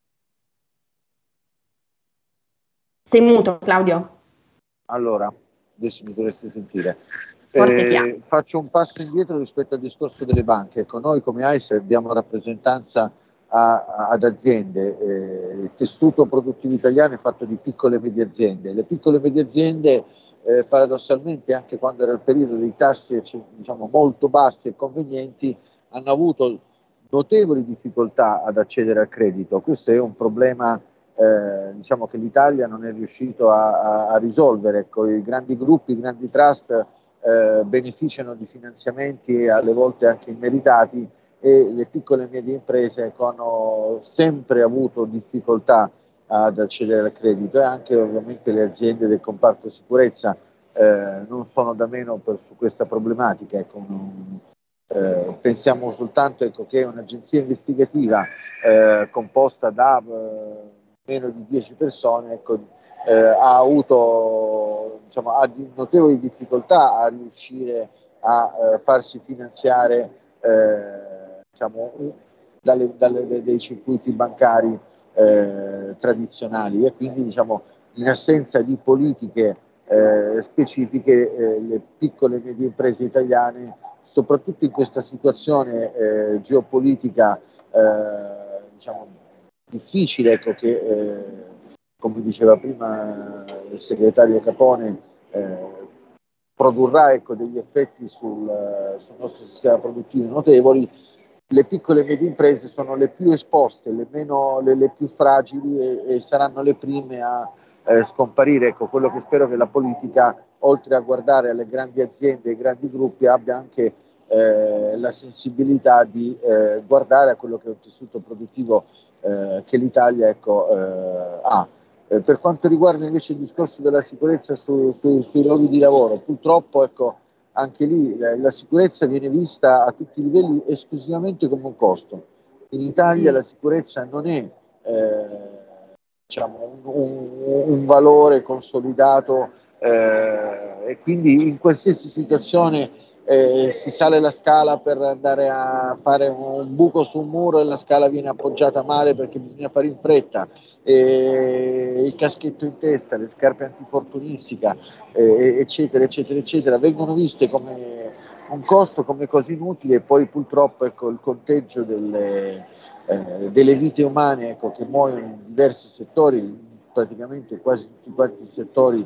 Sei muto, Claudio? Allora, adesso mi dovreste sentire. Faccio un passo indietro rispetto al discorso delle banche. Ecco, noi come AIS abbiamo rappresentanza ad aziende, il tessuto produttivo italiano è fatto di piccole e medie aziende. Le piccole e medie aziende paradossalmente, anche quando era il periodo dei tassi diciamo molto bassi e convenienti, hanno avuto notevoli difficoltà ad accedere al credito. Questo è un problema diciamo che l'Italia non è riuscito a risolvere. Ecco, i grandi gruppi, i grandi trust beneficiano di finanziamenti alle volte anche immeritati, e le piccole e medie imprese hanno sempre avuto difficoltà ad accedere al credito, e anche ovviamente le aziende del comparto sicurezza non sono da meno su questa problematica. Ecco, Pensiamo soltanto, ecco, che un'agenzia investigativa composta da meno di 10 persone, ecco, ha avuto, diciamo, ha notevoli difficoltà a riuscire a farsi finanziare diciamo, dei circuiti bancari tradizionali, e quindi, diciamo, in assenza di politiche specifiche, le piccole e medie imprese italiane, soprattutto in questa situazione geopolitica diciamo difficile, ecco, che come diceva prima il segretario Capone, produrrà, ecco, degli effetti sul nostro sistema produttivo notevoli. Le piccole e medie imprese sono le più esposte, le più fragili, e saranno le prime a scomparire. Ecco, quello che spero che la politica, oltre a guardare alle grandi aziende, ai grandi gruppi, abbia anche la sensibilità di guardare a quello che è un tessuto produttivo che l'Italia, ecco, ha. Per quanto riguarda invece il discorso della sicurezza sui luoghi di lavoro, purtroppo, ecco, anche lì la sicurezza viene vista a tutti i livelli esclusivamente come un costo. In Italia la sicurezza non è diciamo, un valore consolidato, e quindi in qualsiasi situazione si sale la scala per andare a fare un buco su un muro e la scala viene appoggiata male perché bisogna fare in fretta, il caschetto in testa, le scarpe antifortunistica, eccetera eccetera eccetera, vengono viste come un costo, come cose inutili, e poi purtroppo, ecco, il conteggio delle vite umane, ecco, che muoiono in diversi settori, praticamente quasi tutti quanti i settori,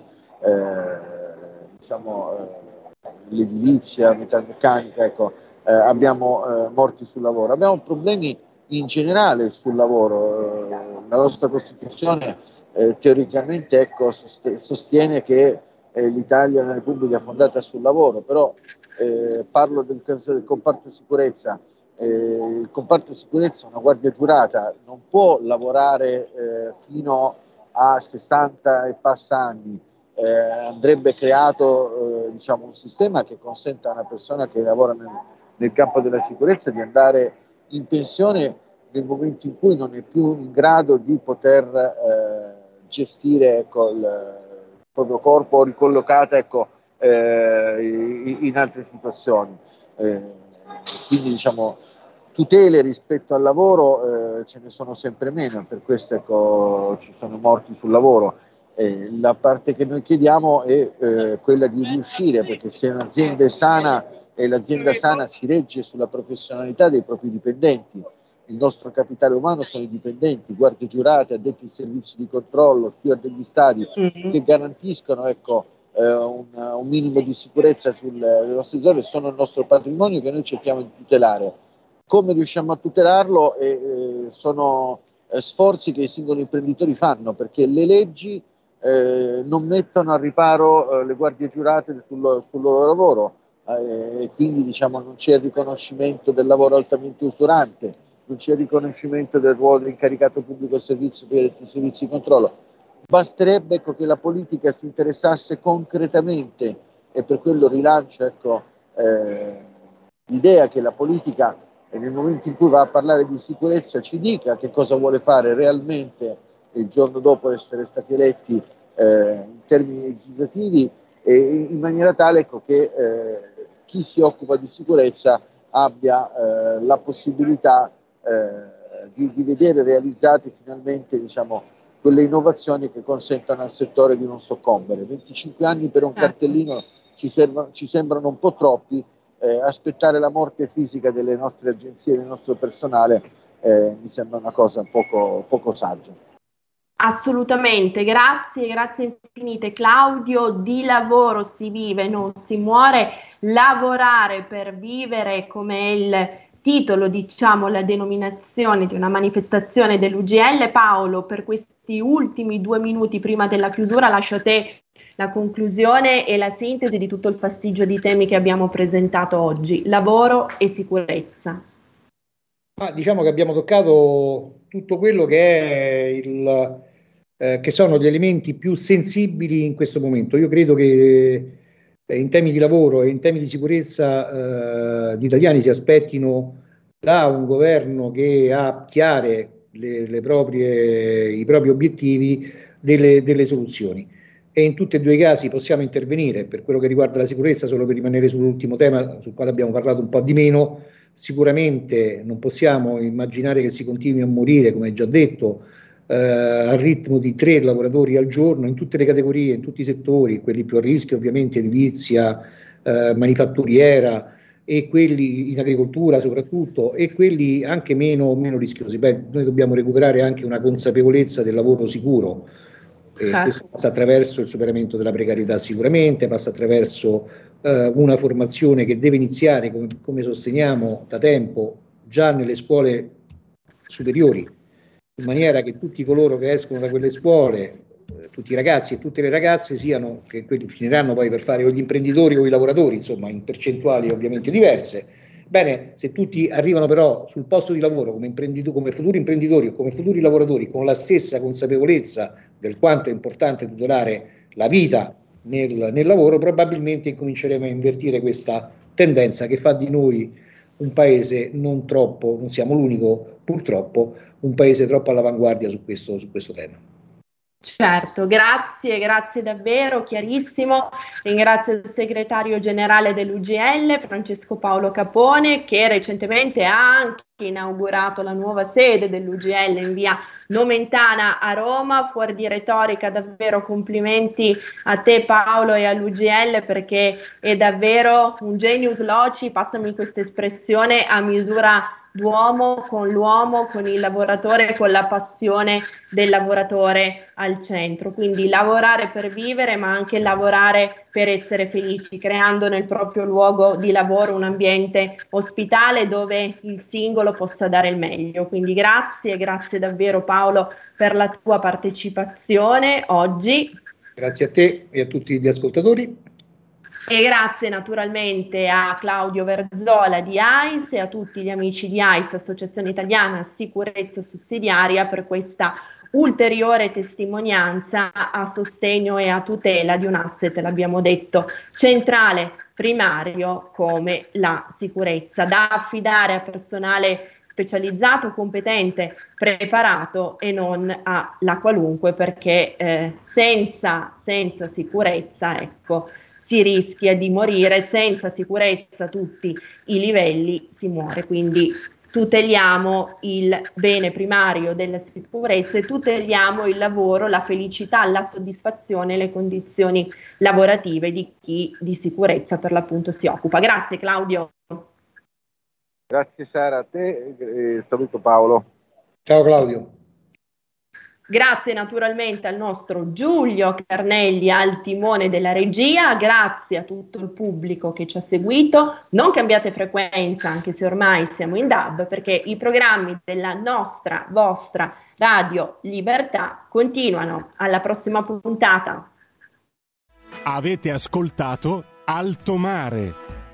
diciamo, l'edilizia, metalmeccanica, ecco, abbiamo morti sul lavoro, abbiamo problemi in generale sul lavoro. La nostra Costituzione teoricamente, ecco, sostiene che l'Italia è una repubblica fondata sul lavoro, però parlo del comparto sicurezza. Il comparto sicurezza, una guardia giurata non può lavorare fino a 60 e passa anni. Andrebbe creato diciamo, un sistema che consenta a una persona che lavora nel campo della sicurezza di andare in pensione nel momento in cui non è più in grado di poter gestire, ecco, il proprio corpo, o ricollocata, ecco, in altre situazioni. Quindi, diciamo, tutele rispetto al lavoro ce ne sono sempre meno, per questo, ecco, ci sono morti sul lavoro. La parte che noi chiediamo è quella di riuscire, perché se un'azienda è sana, e l'azienda sana si regge sulla professionalità dei propri dipendenti, il nostro capitale umano sono i dipendenti, guardie giurate, addetti ai servizi di controllo, steward degli stadi, che garantiscono, ecco, un minimo di sicurezza sulle nostre zone, sono il nostro patrimonio che noi cerchiamo di tutelare. Come riusciamo a tutelarlo? Sono sforzi che i singoli imprenditori fanno, perché le leggi non mettono al riparo le guardie giurate sul loro lavoro, e quindi, diciamo, non c'è il riconoscimento del lavoro altamente usurante, non c'è il riconoscimento del ruolo dell'incaricato pubblico servizio per i servizi di controllo. Basterebbe, ecco, che la politica si interessasse concretamente, e per quello rilancio, ecco, l'idea che la politica, nel momento in cui va a parlare di sicurezza, ci dica che cosa vuole fare realmente il giorno dopo essere stati eletti in termini legislativi, e in maniera tale, ecco, che chi si occupa di sicurezza abbia la possibilità di vedere realizzate finalmente, diciamo, quelle innovazioni che consentano al settore di non soccombere. 25 anni per un cartellino ci sembrano un po' troppi. Aspettare la morte fisica delle nostre agenzie, del nostro personale, mi sembra una cosa poco saggia. Assolutamente, grazie infinite Claudio. Di lavoro si vive, non si muore. Lavorare per vivere, come il titolo, diciamo, la denominazione di una manifestazione dell'UGL. Paolo, per questi ultimi 2 minuti prima della chiusura lascio a te la conclusione e la sintesi di tutto il pasticcio di temi che abbiamo presentato oggi: lavoro e sicurezza. Diciamo che abbiamo toccato tutto quello che è che sono gli elementi più sensibili in questo momento. Io credo che in temi di lavoro e in temi di sicurezza gli italiani si aspettino da un governo che ha chiare i propri obiettivi delle soluzioni. E in tutti e due i casi possiamo intervenire. Per quello che riguarda la sicurezza, solo per rimanere sull'ultimo tema sul quale abbiamo parlato un po' di meno, sicuramente non possiamo immaginare che si continui a morire, come già detto, al ritmo di 3 lavoratori al giorno in tutte le categorie, in tutti i settori, quelli più a rischio ovviamente, edilizia, manifatturiera, e quelli in agricoltura soprattutto, e quelli anche meno rischiosi. Noi dobbiamo recuperare anche una consapevolezza del lavoro sicuro. Questo passa attraverso il superamento della precarietà, sicuramente passa attraverso una formazione che deve iniziare, come sosteniamo da tempo, già nelle scuole superiori, in maniera che tutti coloro che escono da quelle scuole, tutti i ragazzi e tutte le ragazze, siano, che quelli finiranno poi per fare o gli imprenditori o i lavoratori, insomma in percentuali ovviamente diverse. Bene, se tutti arrivano però sul posto di lavoro come futuri imprenditori o come futuri lavoratori con la stessa consapevolezza del quanto è importante tutelare la vita nel lavoro, probabilmente incominceremo a invertire questa tendenza che fa di noi un paese non siamo l'unico purtroppo, un paese troppo all'avanguardia su questo tema. Certo, grazie davvero, chiarissimo. Ringrazio il segretario generale dell'UGL, Francesco Paolo Capone, che recentemente ha anche inaugurato la nuova sede dell'UGL in via Nomentana a Roma. Fuori di retorica, davvero complimenti a te Paolo e all'UGL, perché è davvero un genius loci, passami questa espressione, a misura d'uomo, con il lavoratore, con la passione del lavoratore al centro. Quindi lavorare per vivere, ma anche lavorare per essere felici, creando nel proprio luogo di lavoro un ambiente ospitale dove il singolo possa dare il meglio. Quindi grazie davvero Paolo per la tua partecipazione oggi. Grazie a te e a tutti gli ascoltatori. E grazie naturalmente a Claudio Verzola di AIS e a tutti gli amici di AIS, Associazione Italiana Sicurezza Sussidiaria, per questa ulteriore testimonianza a sostegno e a tutela di un asset, l'abbiamo detto, centrale, primario come la sicurezza, da affidare a personale specializzato, competente, preparato e non alla qualunque, perché senza sicurezza, ecco, si rischia di morire, senza sicurezza a tutti i livelli si muore. Quindi tuteliamo il bene primario della sicurezza e tuteliamo il lavoro, la felicità, la soddisfazione, le condizioni lavorative di chi di sicurezza per l'appunto si occupa. Grazie Claudio. Grazie Sara, a te e saluto Paolo. Ciao Claudio. Grazie naturalmente al nostro Giulio Carnelli al timone della regia, grazie a tutto il pubblico che ci ha seguito. Non cambiate frequenza, anche se ormai siamo in DAB, perché i programmi della vostra Radio Libertà continuano. Alla prossima puntata. Avete ascoltato Alto Mare.